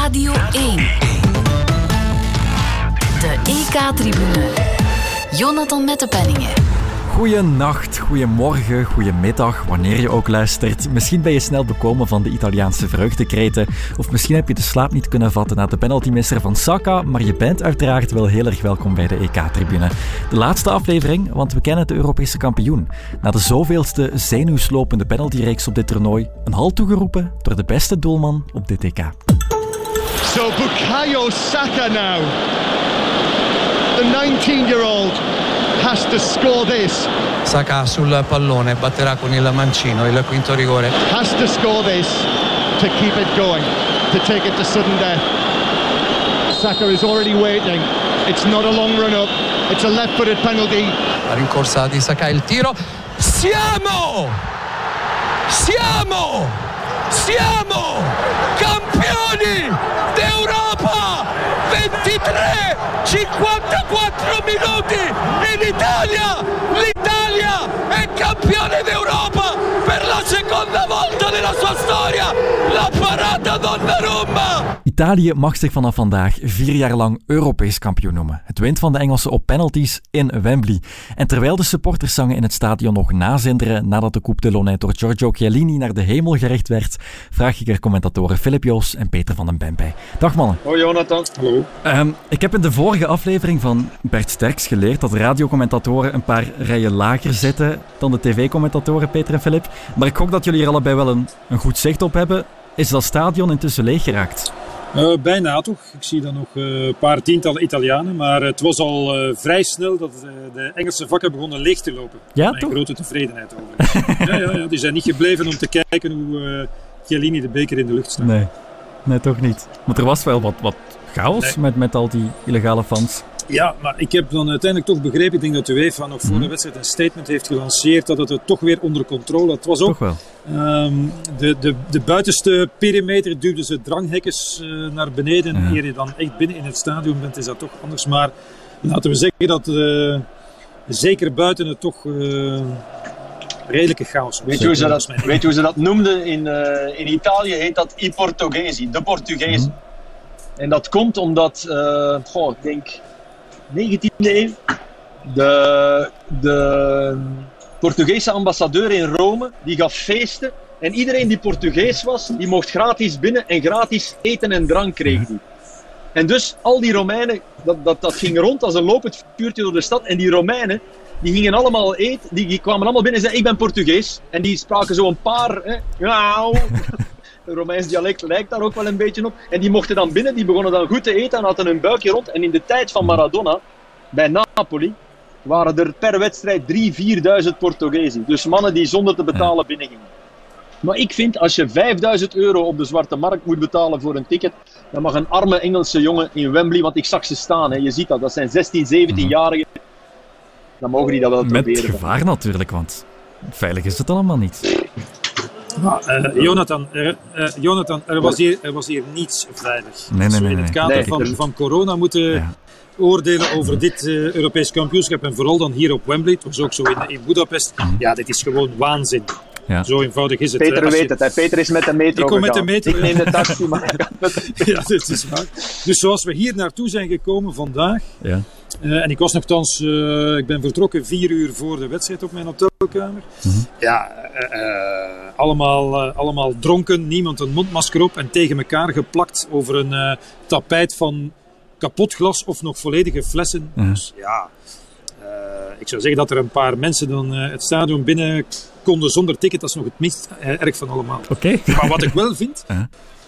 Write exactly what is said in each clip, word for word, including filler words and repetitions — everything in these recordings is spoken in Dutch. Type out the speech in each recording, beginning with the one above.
Radio één. De E K-tribune. Jonathan Mettepenningen. Goeienacht, goeiemorgen, goeiemiddag, wanneer je ook luistert. Misschien ben je snel bekomen van de Italiaanse vreugdekreten, of misschien heb je de slaap niet kunnen vatten na de penaltymisser van Saka, maar je bent uiteraard wel heel erg welkom bij de E K-tribune. De laatste aflevering, want we kennen de Europese kampioen. Na de zoveelste zenuwslopende penaltyreeks op dit toernooi, een halt toegeroepen door de beste doelman op dit E K. So Bukayo Saka now, the nineteen-year-old, has to score this. Saka sul pallone, batterà con il mancino, il quinto rigore. Has to score this to keep it going, to take it to sudden death. Saka is already waiting. It's not a long run up. It's a left-footed penalty. La rincorsa di Saka, il tiro. Siamo! Siamo! Siamo campioni d'Europa! ventitré cinquantaquattro minuti in Italia! L'Italia è campione d'Europa per la seconda volta nella sua storia! La parata Donnarumma! Italië mag zich vanaf vandaag vier jaar lang Europees kampioen noemen. Het wint van de Engelsen op penalties in Wembley. En terwijl de supporters zangen in het stadion nog nazinderen nadat de Coupe de Launay door Giorgio Chiellini naar de hemel gericht werd, vraag ik er commentatoren Filip Joos en Peter van den Bem bij. Dag mannen. Hoi Jonathan. Hallo. Um, ik heb in de vorige aflevering van Bert Sterks geleerd dat radiocommentatoren een paar rijen lager zitten dan de tv-commentatoren Peter en Filip. Maar ik gok dat jullie er allebei wel een, een goed zicht op hebben. Is dat stadion intussen leeg geraakt? Uh, bijna toch. Ik zie dan nog uh, een paar tientallen Italianen. Maar het was al uh, vrij snel dat uh, de Engelse vakken begonnen leeg te lopen. Ja, Mijn toch? grote tevredenheid over. ja, ja, ja, die zijn niet gebleven om te kijken hoe uh, Chiellini de beker in de lucht stak. Nee, nee, toch niet. Want er was wel wat, wat chaos nee. met, met al die illegale fans. Ja, maar ik heb dan uiteindelijk toch begrepen, ik denk dat de UEFA nog voor de wedstrijd een statement heeft gelanceerd dat het het toch weer onder controle. Het was ook toch wel. Um, de, de, de buitenste perimeter duwden ze dranghekkers uh, naar beneden. En ja. Eer je dan echt binnen in het stadion bent, is dat toch anders. Maar laten we zeggen dat uh, zeker buiten het toch uh, redelijke chaos. Weet je hoe ze dat, weet je hoe ze dat noemden? In, uh, in Italië heet dat i Portoghesi, de Portugezen. Mm-hmm. En dat komt omdat, uh, goh, ik denk negentiende eeuw, de, de Portugese ambassadeur in Rome, die gaf feesten. En iedereen die Portugees was, die mocht gratis binnen en gratis eten en drank kreeg die. En dus al die Romeinen, dat, dat, dat ging rond als een lopend vuurtje door de stad. En die Romeinen, die gingen allemaal eten, die, die kwamen allemaal binnen en zeiden, ik ben Portugees. En die spraken zo een paar, hè, nou... Het Romeins dialect lijkt daar ook wel een beetje op. En die mochten dan binnen, die begonnen dan goed te eten en hadden hun buikje rond. En in de tijd van Maradona, bij Napoli, waren er per wedstrijd drieduizend, vierduizend Portugezen. Dus mannen die zonder te betalen binnengingen. Maar ik vind, als je vijfduizend euro op de zwarte markt moet betalen voor een ticket, dan mag een arme Engelse jongen in Wembley, want ik zag ze staan, hè. Je ziet dat, dat zijn zestien, zeventienjarigen. Dan mogen die dat wel proberen. Met gevaar natuurlijk, want veilig is het allemaal niet. Uh, Jonathan, er, uh, Jonathan er, was hier, er was hier niets veilig. Nee, nee, Als we nee, in het nee. kader nee. van, van corona moeten ja. oordelen over dit uh, Europees kampioenschap en vooral dan hier op Wembley, het was ook zo in, in Budapest, mm. ja, dit is gewoon waanzin. Ja. Zo eenvoudig is het. Peter uh, weet je... het, hè. Peter is met de metro Ik kom gegaan. met de metro. Ik neem de taxi, maar... ja, dit is waar. Dus zoals we hier naartoe zijn gekomen vandaag, ja. Uh, en ik was nogthans, uh, ik ben vertrokken vier uur voor de wedstrijd op mijn hotelkamer. Mm-hmm. Ja, uh, uh, allemaal, uh, allemaal dronken, niemand een mondmasker op en tegen elkaar geplakt over een uh, tapijt van kapot glas of nog volledige flessen. Mm-hmm. Dus ja, uh, ik zou zeggen dat er een paar mensen dan uh, het stadion binnen konden zonder ticket. Dat is nog het minst uh, erg van allemaal. Okay. Maar wat ik wel vind... Uh-huh.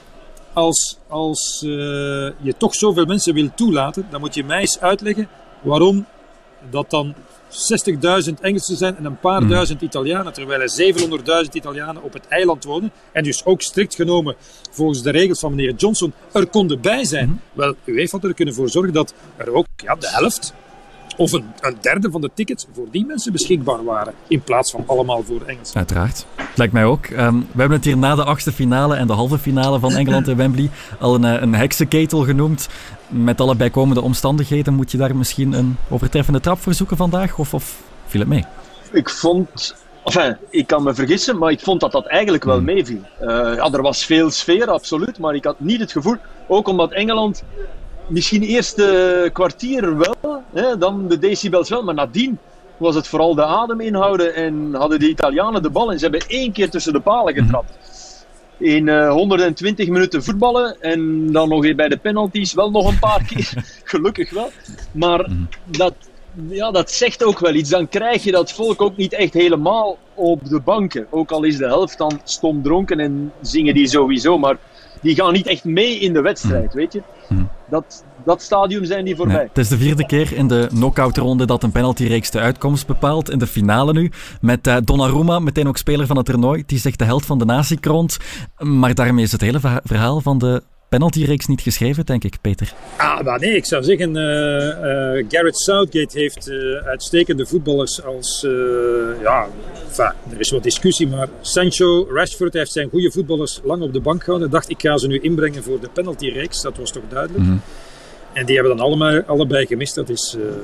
Als, als uh, je toch zoveel mensen wil toelaten, dan moet je mij eens uitleggen waarom dat dan zestigduizend Engelsen zijn en een paar mm. duizend Italianen, terwijl er zevenhonderdduizend Italianen op het eiland wonen en dus ook strikt genomen volgens de regels van meneer Johnson er konden bij zijn. Mm. Wel, u heeft er kunnen voor zorgen dat er ook ja, de helft of een, een derde van de tickets voor die mensen beschikbaar waren, in plaats van allemaal voor Engelsen. Uiteraard. Het lijkt mij ook. Um, we hebben het hier na de achtste finale en de halve finale van Engeland en Wembley al een, een heksenketel genoemd. Met alle bijkomende omstandigheden, moet je daar misschien een overtreffende trap voor zoeken vandaag? Of, of viel het mee? Ik vond Enfin, ik kan me vergissen, maar ik vond dat dat eigenlijk wel meeviel. Uh, ja, er was veel sfeer, absoluut, maar ik had niet het gevoel, ook omdat Engeland misschien eerst de kwartier wel, hè, dan de decibels wel, maar nadien was het vooral de adem inhouden en hadden de Italianen de bal en ze hebben één keer tussen de palen getrapt. In uh, honderdtwintig minuten voetballen en dan nog bij de penalties wel nog een paar keer, gelukkig wel. Maar dat, ja, dat zegt ook wel iets. Dan krijg je dat volk ook niet echt helemaal op de banken. Ook al is de helft dan stom dronken en zingen die sowieso, maar die gaan niet echt mee in de wedstrijd, weet je. Dat, dat stadium zijn die voorbij. Nee, het is de vierde keer in de knock-out-ronde dat een penaltyreeks de uitkomst bepaalt. In de finale nu, met uh, Donnarumma, meteen ook speler van het toernooi. Die zegt de held van de natie kroont. Maar daarmee is het hele verhaal van de penaltyreeks niet geschreven, denk ik, Peter. Ah, maar nee, ik zou zeggen, uh, uh, Gareth Southgate heeft uh, uitstekende voetballers als, uh, ja, enfin, er is wat discussie, maar Sancho, Rashford heeft zijn goede voetballers lang op de bank gehouden. Dacht, ik ga ze nu inbrengen voor de penaltyreeks, dat was toch duidelijk. Mm-hmm. En die hebben dan allemaal, allebei gemist, dat is, uh,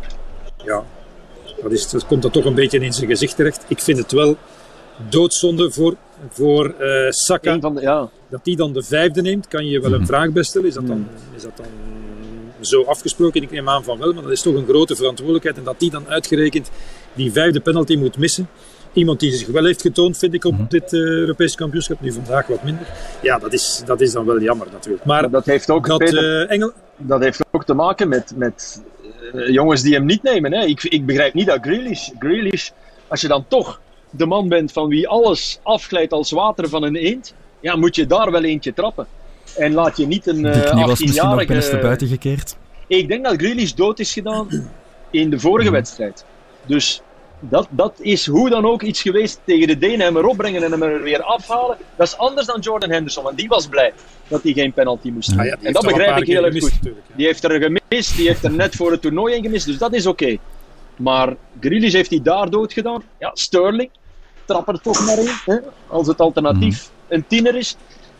ja, dat, is, dat komt dan toch een beetje in zijn gezicht terecht. Ik vind het wel doodzonde voor, voor uh, Saka. Van de, ja. Dat die dan de vijfde neemt, kan je wel een vraag bij stellen. Is dat dan, is dat dan zo afgesproken? Ik neem aan van wel, maar dat is toch een grote verantwoordelijkheid. En dat die dan uitgerekend die vijfde penalty moet missen. Iemand die zich wel heeft getoond, vind ik, op dit uh, Europees kampioenschap. Nu vandaag wat minder. Ja, dat is, dat is dan wel jammer natuurlijk. Maar, maar dat heeft ook, dat, Peter, uh, Engel... dat heeft ook te maken met, met uh, jongens die hem niet nemen. Hè. Ik, ik begrijp niet dat Grealish, Grealish, als je dan toch de man bent van wie alles afglijdt als water van een eend, ja, moet je daar wel eentje trappen. En laat je niet een uh, achttienjarige... Die knie was misschien nog binnenste buiten gekeerd. Ik denk dat Grealish dood is gedaan in de vorige mm. wedstrijd. Dus dat, dat is hoe dan ook iets geweest tegen de Denen. Hem erop brengen en hem er weer afhalen. Dat is anders dan Jordan Henderson. Want die was blij dat hij geen penalty moest hebben. Ah ja, en dat begrijp ik heel erg goed. Die heeft er gemist. Die heeft er net voor het toernooi in gemist. Dus dat is oké. Okay. Maar Grealish heeft hij daar dood gedaan. Ja, Sterling. Trap er toch maar in, hè? Als het alternatief mm. een tiener is.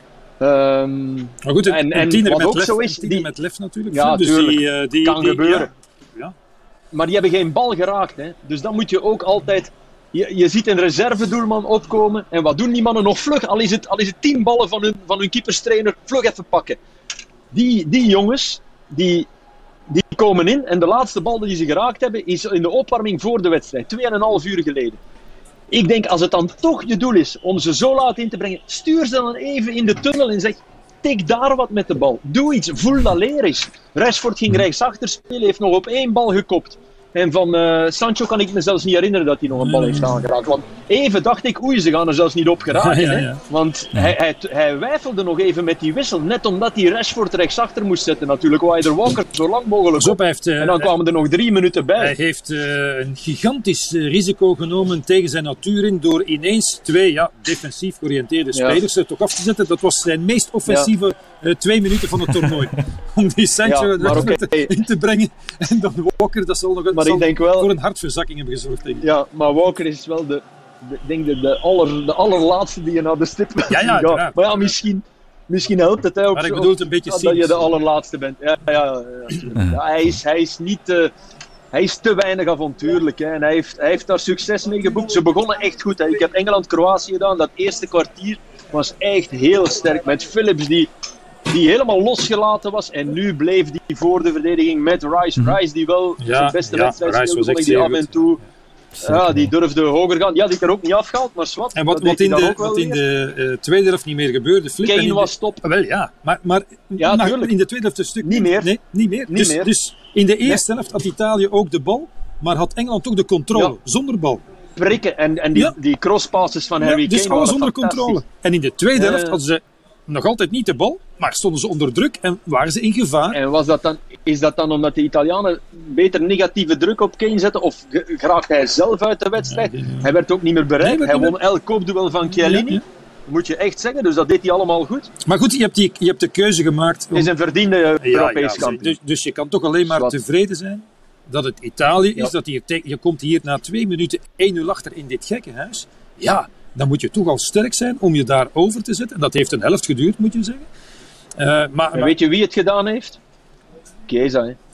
Um, maar goed, een, en, een tiener, en met, ook lef, zo is, een tiener die, met lef natuurlijk. Ja, dus tuurlijk, die, uh, die, kan die, gebeuren. Ja. Ja. Maar die hebben geen bal geraakt. Hè? Dus dan moet je ook altijd... Je, je ziet een reservedoelman opkomen. En wat doen die mannen nog vlug? Al is het, al is het tien ballen van hun, van hun keeperstrainer, vlug even pakken. Die, die jongens, die... Die komen in en de laatste bal die ze geraakt hebben is in de opwarming voor de wedstrijd. Twee en een half uur geleden. Ik denk, als het dan toch je doel is om ze zo laat in te brengen, stuur ze dan even in de tunnel en zeg, tik daar wat met de bal. Doe iets, voel dat leer is. Rashford ging rechtsachter spelen, heeft nog op één bal gekopt. En van uh, Sancho kan ik me zelfs niet herinneren dat hij nog een bal heeft aangeraakt. Want even dacht ik, oei, ze gaan er zelfs niet op geraken. Ja, ja, ja. Hè? Want ja. hij, hij, hij weifelde nog even met die wissel. Net omdat hij Rashford rechtsachter moest zetten natuurlijk. Wou hij er Walker zo lang mogelijk op. Heeft, uh, en dan kwamen er nog drie minuten bij. Hij heeft uh, een gigantisch uh, risico genomen tegen zijn natuur in. Door ineens twee ja, defensief georiënteerde spelers ja. er toch af te zetten. Dat was zijn meest offensieve ja. uh, twee minuten van het toernooi. Om die Sancho ja, er okay. in te brengen. En dan Walker, dat zal nog een... Maar ik denk wel, voor een hartverzakking hebben gezorgd, denk ik. Ja, maar Walker is wel de, de, denk de, de, aller, de allerlaatste die je naar de stip gaat. Ja, ja, ja. Maar ja, misschien, misschien helpt het. Hè, maar ik bedoel het een beetje dat je de allerlaatste bent. Ja, ja, ja, ja. ja hij, is, hij is niet... Uh, hij is te weinig avontuurlijk. Hè. En hij heeft, hij heeft daar succes mee geboekt. Ze begonnen echt goed. Hè. Ik heb Engeland-Kroatië gedaan. Dat eerste kwartier was echt heel sterk. Met Phillips die... die helemaal losgelaten was. En nu bleef die voor de verdediging met Rice. Rice die wel ja, zijn beste ja, wedstrijd speelde, vond ik die af en toe. Ja, ja, die durfde hoger gaan. Ja, die er ook niet afgehaald, maar zwart. En wat, wat in, de, wat in de uh, tweede helft niet meer gebeurde. Flip Kane de, was top. Uh, wel ja, maar, maar ja, na, in de tweede helft een stuk niet meer. Nee, niet meer. Niet dus, meer. dus in de eerste nee. helft had Italië ook de bal, maar had Engeland ook de controle, ja. zonder bal. Prikken en, en die, ja. die crosspasses van Harry ja, dus Kane. Dus alles onder controle. En in de tweede uh, helft hadden ze nog altijd niet de bal, maar stonden ze onder druk en waren ze in gevaar. En was dat dan, is dat dan omdat de Italianen beter negatieve druk op Kane zetten? Of geraakte hij zelf uit de wedstrijd? Ja, die, ja. Hij werd ook niet meer bereikt. Nee, hij won elk koopduel van Chiellini. Ja, ja. Moet je echt zeggen, dus dat deed hij allemaal goed. Maar goed, je hebt, die, je hebt de keuze gemaakt. Het is een verdiende uh, ja, Europees ja, kampioen. Dus, dus je kan toch alleen maar Zwat. tevreden zijn dat het Italië is. Ja. Dat hier te, je komt hier na twee minuten één nul achter in dit gekke huis. Ja, dan moet je toch al sterk zijn om je daar over te zetten. En dat heeft een helft geduurd, moet je zeggen. Uh, maar, maar weet je wie het gedaan heeft? Chiesa, hè? Ah,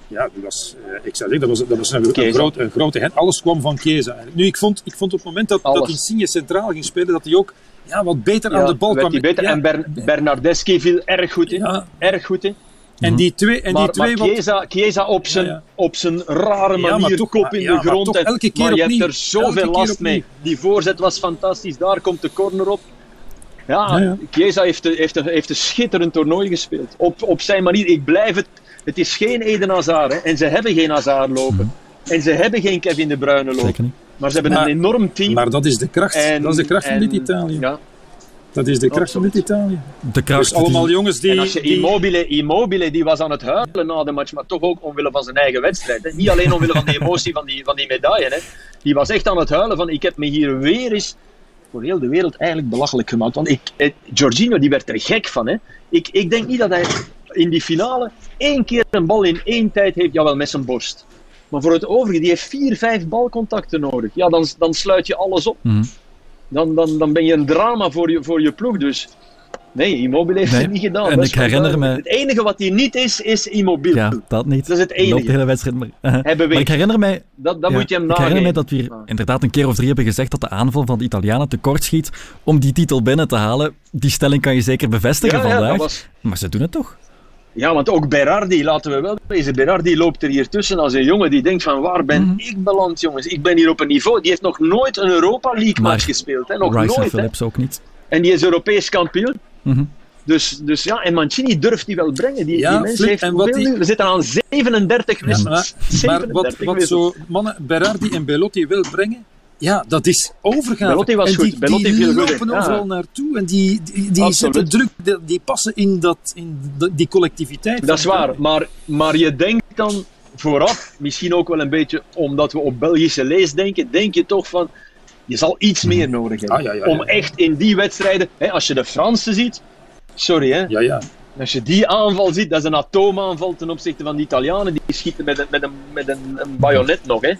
Ja, die was, uh, ik zou zeggen, dat was, dat was een, een, groot, een grote hand. Alles kwam van Chiesa. Nu, ik vond, ik vond op het moment dat, dat Insigne centraal ging spelen, dat hij ook ja, wat beter ja, aan de bal kwam. Beter. Ja. En Ber- Bernardeschi viel erg goed in. Ja. Erg goed in. En die twee, en maar, die twee maar Chiesa, wat... Chiesa op zijn, ja, ja. op zijn rare manier, ja, toch, kop in ja, de grond. Maar, elke keer maar je opnieuw. hebt er zoveel last mee. Die voorzet was fantastisch, daar komt de corner op. Ja, ja, ja. Chiesa heeft, heeft, heeft een schitterend toernooi gespeeld. Op, op zijn manier, ik blijf het... Het is geen Eden Hazard, hè. En ze hebben geen Hazard lopen. Mm. En ze hebben geen Kevin De Bruyne lopen. Maar ze hebben maar, een enorm team. Maar dat is de kracht, en, dat is de kracht en, van dit Italië. Ja. Dat is de kracht Absoluut. van dit Italië. De kracht dus allemaal die... jongens die... En als je die... Immobile, Immobile, die was aan het huilen na de match, maar toch ook omwille van zijn eigen wedstrijd. Hè. Niet alleen omwille van de emotie van die, van die medaille. Hè. Die was echt aan het huilen van, ik heb me hier weer eens voor heel de wereld eigenlijk belachelijk gemaakt. Want ik, eh, Jorginho, die werd er gek van. Hè. Ik, ik denk niet dat hij in die finale één keer een bal in één tijd heeft, jawel, met zijn borst. Maar voor het overige, die heeft vier, vijf balcontacten nodig. Ja, dan, dan sluit je alles op. Mm. Dan, dan, dan ben je een drama voor je, voor je ploeg. Dus nee, Immobile heeft nee. het niet gedaan. En ik herinner me... Het enige wat hij niet is, is Immobile. Ja, dat niet. Dat is het enige. De hele wedstrijd. Maar, uh, maar ik herinner mij... Dat, dat ja, moet je hem ik nageven. herinner mij dat we hier ah. inderdaad een keer of drie hebben gezegd dat de aanval van de Italianen tekortschiet om die titel binnen te halen. Die stelling kan je zeker bevestigen ja, vandaag. Ja, was... Maar ze doen het toch? Ja, want ook Berardi, laten we wel wezen. Berardi loopt er hier tussen als een jongen die denkt van waar ben mm-hmm. ik beland, jongens? Ik ben hier op een niveau. Die heeft nog nooit een Europa League match gespeeld. Hè? Nog Rice nooit. En Phillips hè? ook niet. En die is Europees kampioen. Mm-hmm. Dus, dus ja, en Mancini durft die wel brengen. Die, ja, die mens heeft hoeveel die... nu? We zitten aan zevenendertig ja, maar, maar wat, wat zo mannen Berardi en Belotti wil brengen, ja, dat is overgave. Belotti was en die, goed. Belotti die viel lopen goed, overal ja. naartoe en die, die, die zetten druk, die, die passen in, dat, in die collectiviteit. Dat is waar, maar, maar je denkt dan vooraf, misschien ook wel een beetje omdat we op Belgische lees denken, denk je toch van, je zal iets meer nodig hebben. Ah, ja, ja, ja. Om echt in die wedstrijden, hè, als je de Fransen ziet, sorry hè, ja, ja. als je die aanval ziet, dat is een atoomaanval ten opzichte van de Italianen, die schieten met een, met een, met een, een bajonet nog hè.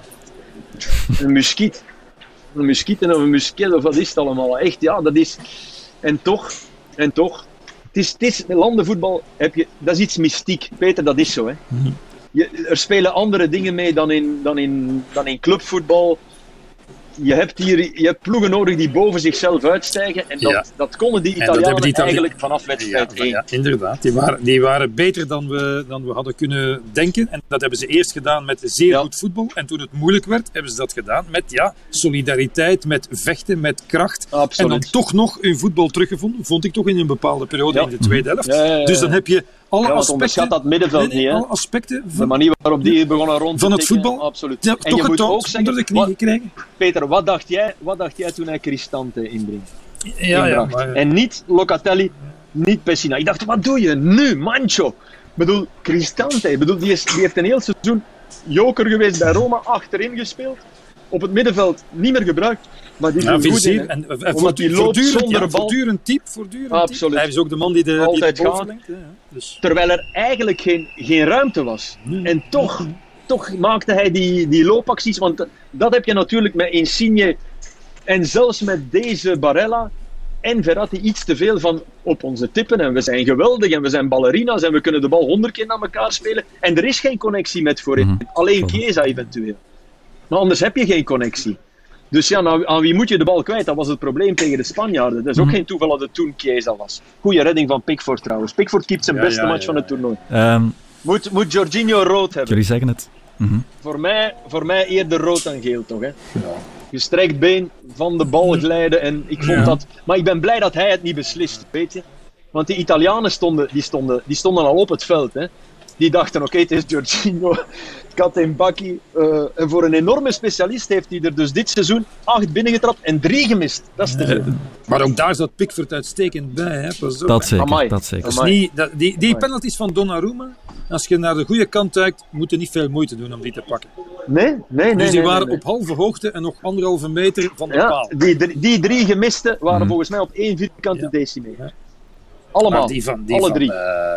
Een muskiet. Een muskiet of een musket, of wat is het allemaal? Echt, ja, dat is... En toch, en toch... Het is, het is landenvoetbal, heb je, dat is iets mystiek. Peter, dat is zo, hè. Je, er spelen andere dingen mee dan in, dan in, dan in clubvoetbal. Je hebt hier je hebt ploegen nodig die boven zichzelf uitstijgen. En dat, ja. dat konden die Italianen die Itali- eigenlijk vanaf wedstrijd één. Ja, ja, inderdaad, die waren, die waren beter dan we, dan we hadden kunnen denken. En dat hebben ze eerst gedaan met zeer ja. goed voetbal. En toen het moeilijk werd, hebben ze dat gedaan met ja, solidariteit, met vechten, met kracht. Absoluut. En dan toch nog hun voetbal teruggevonden. Vond ik toch in een bepaalde periode ja. in de tweede helft. Ja, ja, ja. Dus dan heb je alle ja, aspecten... dat middenveld nee, nee, niet, hè? Alle aspecten van, de manier waarop die begonnen rond van het voetbal. Absoluut. Ja, toch het ook onder de knie wat, gekregen. Peter, wat dacht jij, wat dacht jij toen hij Cristante inbrengt? Ja, ja, maar, ja. En niet Locatelli, niet Pessina. Ik dacht, wat doe je nu, Mancho? Ik bedoel, Cristante, ik bedoel, die, is, die heeft een heel seizoen joker geweest bij Roma, achterin gespeeld. Op het middenveld niet meer gebruikt. Maar die ja, is goed zeer, in, en, en voortdurend, die loopt zonder ja, bal. Voortdurend type, voortdurend Absoluut. Hij is ook de man die de, Altijd die de boven lengt. Ja, dus. Terwijl er eigenlijk geen, geen ruimte was. Nee. En toch, toch maakte hij die, die loopacties. Want dat heb je natuurlijk met Insigne en zelfs met deze Barella en Verratti iets te veel van op onze tippen. En we zijn geweldig en we zijn ballerina's en we kunnen de bal honderd keer naar elkaar spelen. En er is geen connectie met voorin. Mm-hmm. Alleen Chiesa eventueel. Maar anders heb je geen connectie. Dus ja, nou, aan wie moet je de bal kwijt? Dat was het probleem tegen de Spanjaarden. Dat is ook mm-hmm. geen toeval dat het toen Chiesa was. Goeie redding van Pickford trouwens. Pickford keept zijn ja, beste ja, match ja, van het toernooi. Um, moet, moet Jorginho rood hebben? Jullie zeggen het. Mm-hmm. Voor mij, voor mij eerder rood dan geel toch, hè? Ja. Gestrekt been, van de bal glijden en ik vond ja. dat... Maar ik ben blij dat hij het niet beslist, weet je. Want die Italianen stonden, die stonden, die stonden al op het veld, hè. Die dachten, oké, okay, het is Jorginho, kat en bakkie. Uh, en voor een enorme specialist heeft hij er dus dit seizoen acht binnengetrapt en drie gemist. Dat is te veel. Ja, maar ook daar zat Pickford uitstekend bij, hè. Pas op, dat zeker, Amai. dat zeker. Dus niet, dat, die die penalties van Donnarumma, als je naar de goede kant duikt, moet je niet veel moeite doen om die te pakken. Nee, nee, nee. Dus die nee, waren nee, nee. op halve hoogte en nog anderhalve meter van de ja, paal. Die, die drie gemiste waren hmm. volgens mij op één vierkante ja. decimeter. Ja. Allemaal, maar die van, die alle van, drie. Uh,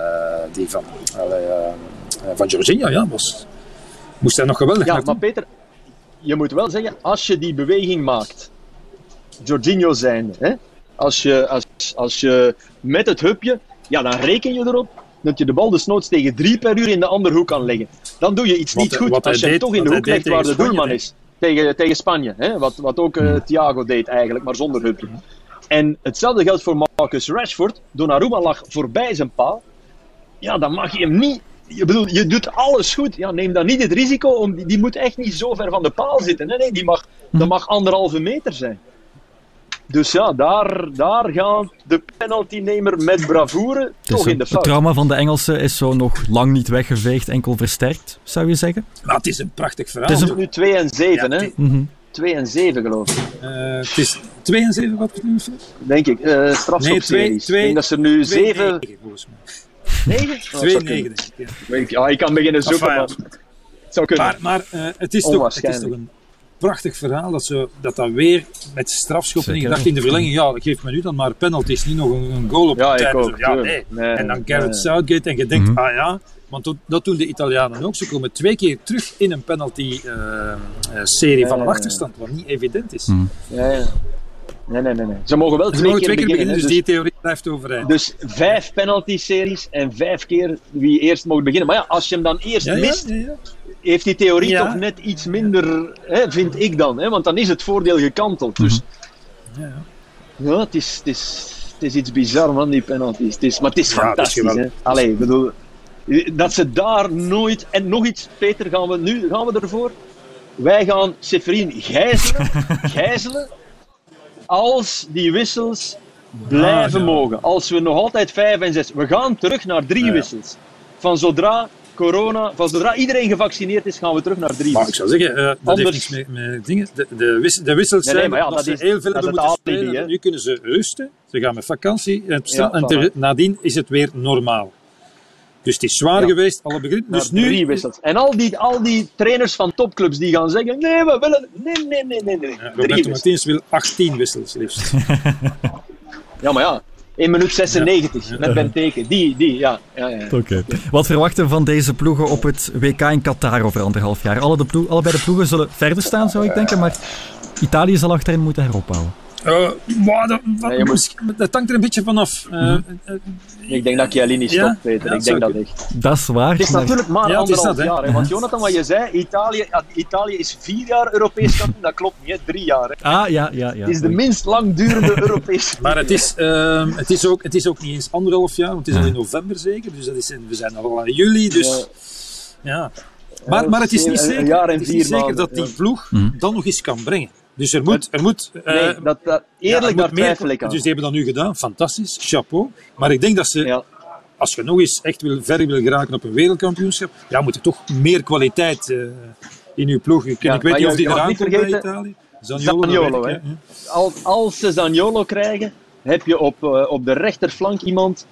die van, uh, uh, van Jorginho, ja, was, moest hij nog geweldig Ja, naartoe. maar Peter, je moet wel zeggen, als je die beweging maakt, Jorginho zijnde, hè, als, je, als, als je met het hupje, ja, dan reken je erop dat je de bal desnoods tegen drie per uur in de andere hoek kan leggen. Dan doe je iets wat, niet goed wat als je hem deed, toch in de hoek legt waar de Spanje, doelman hè? is. Tegen, tegen Spanje, hè? Wat, wat ook uh, Thiago deed eigenlijk, maar zonder hupje. En hetzelfde geldt voor Marcus Rashford. Donnarumma lag voorbij zijn paal. Ja, dan mag je hem niet... Je, bedoel, je doet alles goed. Ja, neem dan niet het risico. Om, die, die moet echt niet zo ver van de paal zitten. Nee, nee, die mag, dat mag anderhalve meter zijn. Dus ja, daar, daar gaat de penaltynemer met bravoure toch zo, in de fout. Het trauma van de Engelsen is zo nog lang niet weggeveegd, enkel versterkt, zou je zeggen? Maar het is een prachtig verhaal. Het is Het is nu twee en zeven, Ja, hè? het Mm-hmm. twee en zeven, geloof ik. Uh, het is twee en zeven wat we nu doen? Denk ik. Uh, strafschopseries. Ik denk dat ze nu zeven... negen, volgens mij. negen? twee negen, denk ik. Ja. Weet ik, ja, ik kan beginnen zoeken, Enfin, maar... Het zou kunnen. Maar, maar uh, het, is toch, het is toch een prachtig verhaal dat zo, dat, dat weer met strafschoppen... Ik dacht in de verlenging, ja, geef me nu dan maar penalties, niet nog een, een goal op ja, het ik einde. ook, Ja, nee. nee. En dan Gareth nee. Southgate en je denkt, Mm-hmm. ah ja... Want dat, dat doen de Italianen ook. Ze komen twee keer terug in een penalty-serie uh, uh, van een achterstand, wat niet evident is. Mm. Ja, ja. Nee, nee, nee, nee. Ze mogen wel Ze twee, mogen keer, twee keer beginnen, beginnen, dus die theorie blijft overeind. Dus vijf penalty-series en vijf keer wie eerst mag beginnen. Maar ja, als je hem dan eerst ja, ja, mist, ja, ja. heeft die theorie Ja. toch net iets minder, hè, vind ik dan. Hè? Want dan is het voordeel gekanteld. Dus Ja, ja. ja, het is, het is, het is iets bizar, man, die penalties. Het is, maar het is Ja, het is fantastisch. Hè? geweldig. Allee, ik bedoel, dat ze daar nooit... En nog iets, Peter, gaan we nu gaan we ervoor. Wij gaan Ceferin gijzelen, gijzelen als die wissels blijven Ah, ja. mogen. Als we nog altijd vijf en zes... We gaan terug naar drie Ja, ja. wissels. Van zodra corona... Van zodra iedereen gevaccineerd is, gaan we terug naar drie Maar ik wissels. zou zeggen, uh, dat Anders- heeft niks met, met dingen. De, de, wissel, de wissels Nee, nee, zijn maar ja, dat, dat ze is- heel veel dat hebben is moeten het alibi, spelen. hè. Nu kunnen ze rusten, ze gaan met vakantie en, Ja, en voilà. ter, nadien is het weer normaal. Dus het is zwaar Ja. geweest, alle begrip. Naar Dus nu, drie wissels. En al die, al die trainers van topclubs die gaan zeggen, nee, we willen... Nee, nee, nee, nee. nee. Ja, Drie Roberto wissels. Martins wil achttien wissels liefst. Ja, maar ja. in minuut zesennegentig, Ja. met Benteke. Die, die, ja. ja, ja. Oké. Okay. Wat verwachten we van deze ploegen op het W K in Qatar over anderhalf jaar? Alle de ploeg, allebei de ploegen zullen verder staan, zou ik denken, maar Italië zal achterin moeten heropbouwen. Uh, maar dat, wat, Nee, je moet- dat hangt er een beetje vanaf. Uh, uh, Ik denk dat Chiellini stopt, Ja, Peter. ja, ik denk zou dat echt. Dat is waar. Het is maar- natuurlijk maar Ja, het is anderhalf dat, hè. jaar. Hè? Want Jonathan, wat je zei, Italië, ja, Italië is vier jaar Europees kampioen. Dat klopt niet, hè? drie jaar. Hè? Ah, ja, ja, ja. Het is de minst langdurende Europese. Maar het is, uh, het, is ook, het is ook niet eens anderhalf jaar, want het is al in november zeker. Dus dat is, we zijn al in juli, dus ja. Maar, Ja, maar het is niet een zeker, jaar en het is vier niet zeker maanden, dat die ja. ploeg Hm. dan nog eens kan brengen. Dus er moet... Er moet uh, Nee, dat, dat, ja, eerlijk, er daar moet meer- twijfel ik aan. Dus die hebben dat nu gedaan, fantastisch, chapeau. Maar ik denk dat ze, Ja. als je nog eens echt wil, ver wil geraken op een wereldkampioenschap, ja, moet er toch meer kwaliteit uh, in uw ploeg. Ik, Ja, ik weet maar niet of je- die je mag eraan niet komt bij vergeten, Italië. Zaniolo, dat Zaniolo, weet ik, hè. ja. Als, als ze Zaniolo krijgen, heb je op, uh, op de rechterflank iemand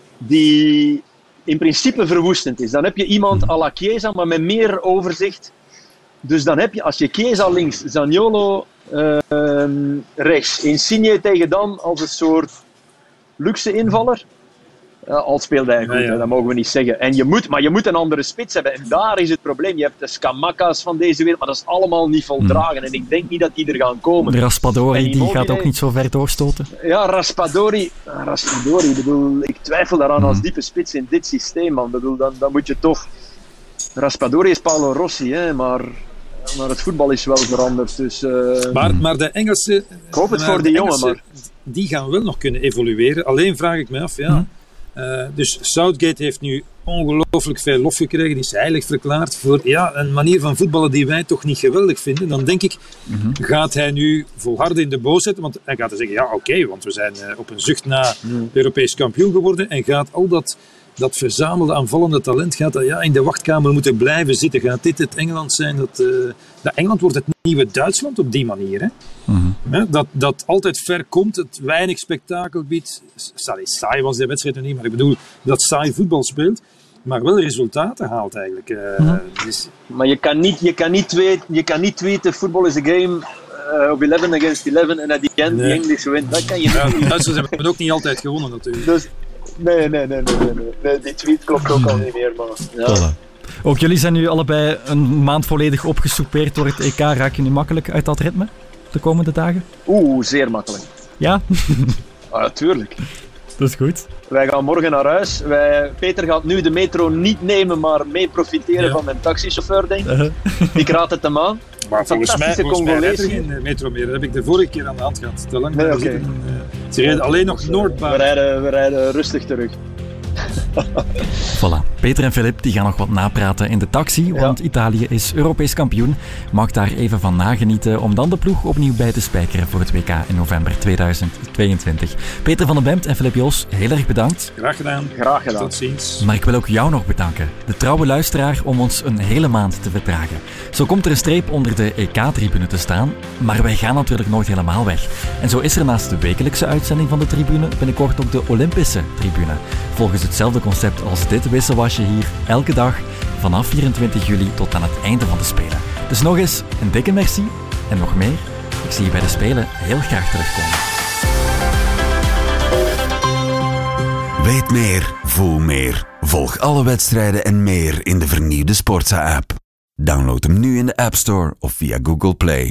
die in principe verwoestend is. Dan heb je iemand à la Chiesa, maar met meer overzicht. Dus dan heb je, als je Chiesa links, Zaniolo uh, rechts, Insigne tegen dan als een soort luxe invaller. Ja, al speelde hij goed, Ja, ja. hè, dat mogen we niet zeggen. En je moet, maar je moet een andere spits hebben. En daar is het probleem. Je hebt de Scamacca's van deze wereld, maar dat is allemaal niet voldragen. En ik denk niet dat die er gaan komen. De Raspadori En die Immobile- gaat ook niet zo ver doorstoten. Ja, Raspadori, ah, Raspadori, ik bedoel, ik twijfel daaraan als diepe spits in dit systeem, man. Ik bedoel, dan, dan moet je toch... Raspadori is Paolo Rossi, hè, maar, maar het voetbal is wel veranderd, dus... uh, Maar, maar de Engelsen, ik hoop het maar voor de die jongen, Engelsen, maar... die gaan wel nog kunnen evolueren. Alleen vraag ik me af, ja. Uh, dus Southgate heeft nu ongelooflijk veel lof gekregen. Die is heilig verklaard voor ja, een manier van voetballen die wij toch niet geweldig vinden. Dan denk ik, Mhm. gaat hij nu volharden in de boos zetten? Want hij gaat dan zeggen, ja oké, okay, want we zijn uh, op een zucht na Europees kampioen geworden. En gaat al dat, dat verzamelde aanvallende talent gaat dat, ja, in de wachtkamer moeten blijven zitten. Gaat dit het Engeland zijn? Dat, uh, dat Engeland wordt het nieuwe Duitsland op die manier, hè? Mm-hmm. Hè, dat, dat altijd ver komt, het weinig spektakel biedt. Sorry, saai was die wedstrijd nog niet, maar ik bedoel dat saai voetbal speelt, maar wel resultaten haalt eigenlijk. Uh, Mm-hmm. dus, Maar je kan niet, je kan niet, tweet, je kan niet tweeten, football is a game uh, of eleven against eleven en at the end Nee. the English win. Dat kan je niet ja, doen. de Duitsers hebben het ook niet altijd gewonnen natuurlijk. Dus, nee, nee, nee, nee, nee, nee. nee, die tweet klopt ook al niet meer, maar... Ja. Voilà. Ook jullie zijn nu allebei een maand volledig opgesoupeerd door het E K. Raak je nu makkelijk uit dat ritme de komende dagen? Oeh, zeer makkelijk. Ja? Ah, natuurlijk. Dat is goed. Wij gaan morgen naar huis. Wij, Peter gaat nu de metro niet nemen, maar mee profiteren ja. van mijn taxichauffeur, denk ik. Uh-huh. Ik raad het hem aan. Maar volgens mij, volgens mij rijdt er geen metro meer. Dat heb ik de vorige keer aan de hand gehad. Te lang nee, okay. zitten, uh, ze rijden alleen nog Noordbaan. We rijden, we rijden rustig terug. Voilà. Peter en Filip die gaan nog wat napraten in de taxi, want ja. Italië is Europees kampioen. Mag daar even van nagenieten om dan de ploeg opnieuw bij te spijkeren voor het W K in november tweeduizend tweeëntwintig. Peter van den Bemt en Filip Joos, heel erg bedankt. Graag gedaan. Graag gedaan. Tot ziens. Maar ik wil ook jou nog bedanken, de trouwe luisteraar, om ons een hele maand te verdragen. Zo komt er een streep onder de E K-tribune te staan, maar wij gaan natuurlijk nooit helemaal weg. En zo is er naast de wekelijkse uitzending van de tribune binnenkort ook de Olympische tribune. Volgens hetzelfde concept als dit wisselwasje hier, elke dag vanaf vierentwintig juli tot aan het einde van de Spelen. Dus nog eens een dikke merci en nog meer. Ik zie je bij de Spelen heel graag terugkomen. Weet meer, voel meer. Volg alle wedstrijden en meer in de vernieuwde Sportza-app. Download hem nu in de App Store of via Google Play.